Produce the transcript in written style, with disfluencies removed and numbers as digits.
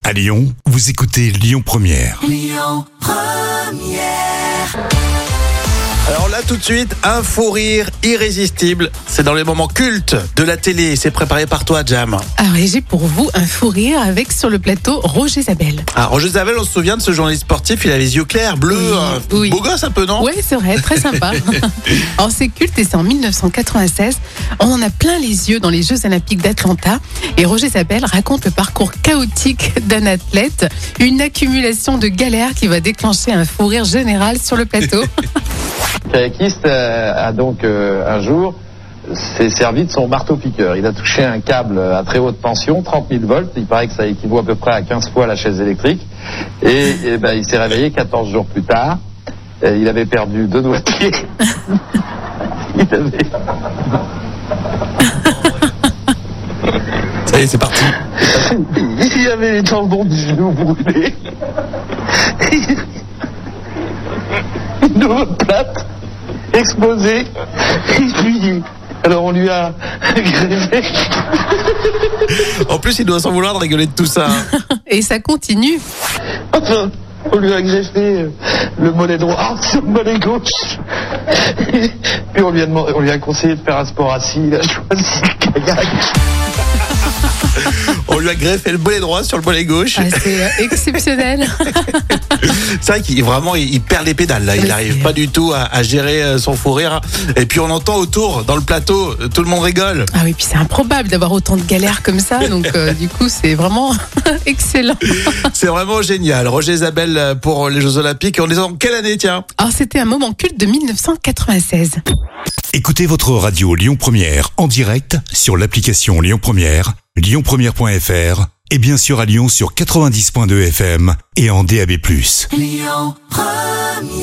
À Lyon, vous écoutez Lyon Première. Lyon Première. Alors là, tout de suite, un fou rire irrésistible. C'est dans les moments cultes de la télé. C'est préparé par toi, Jam. Alors, et j'ai pour vous un fou rire avec sur le plateau Roger Zabel. Ah, Roger Zabel, on se souvient de ce journaliste sportif. Il avait les yeux clairs, bleus, Oui. beau gosse un peu, non? Oui, c'est vrai, très sympa. Alors, c'est culte et c'est en 1996. On en a plein les yeux dans les Jeux Olympiques d'Atlanta. Et Roger Zabel raconte le parcours chaotique d'un athlète, une accumulation de galères qui va déclencher un fou rire général sur le plateau. Le kayakiste a donc un jour s'est servi de son marteau-piqueur. Il a touché un câble à très haute tension, 30 000 volts. Il paraît que ça équivaut à peu près à 15 fois la chaise électrique. Et il s'est réveillé 14 jours plus tard. Il avait perdu 2 doigts de pied. Ça y est, c'est parti. Il avait les tendons du genou brûlés. Une omoplate explosée. Et puis, alors on lui a greffé. En plus, il doit s'en vouloir de rigoler de tout ça. Et ça continue. Enfin, on lui a greffé le mollet droit sur le mollet gauche. Et puis on lui a conseillé de faire un sport assis. Il a choisi le kayak. On lui a greffé le mollet droit sur le mollet gauche. Ah, c'est exceptionnel. C'est vrai qu'il perd les pédales là. Il n'arrive pas du tout à gérer son fou rire. Et puis on entend autour, dans le plateau, tout le monde rigole. Ah oui, puis c'est improbable d'avoir autant de galères comme ça. Donc, du coup, c'est vraiment excellent. C'est vraiment génial. Roger Zabel pour les Jeux Olympiques. On est en quelle année, tiens? Alors, c'était un moment culte de 1996. Écoutez votre radio Lyon Première en direct sur l'application Lyon Première, lyonpremière.fr et bien sûr à Lyon sur 90.2 FM et en DAB+. Lyon Première.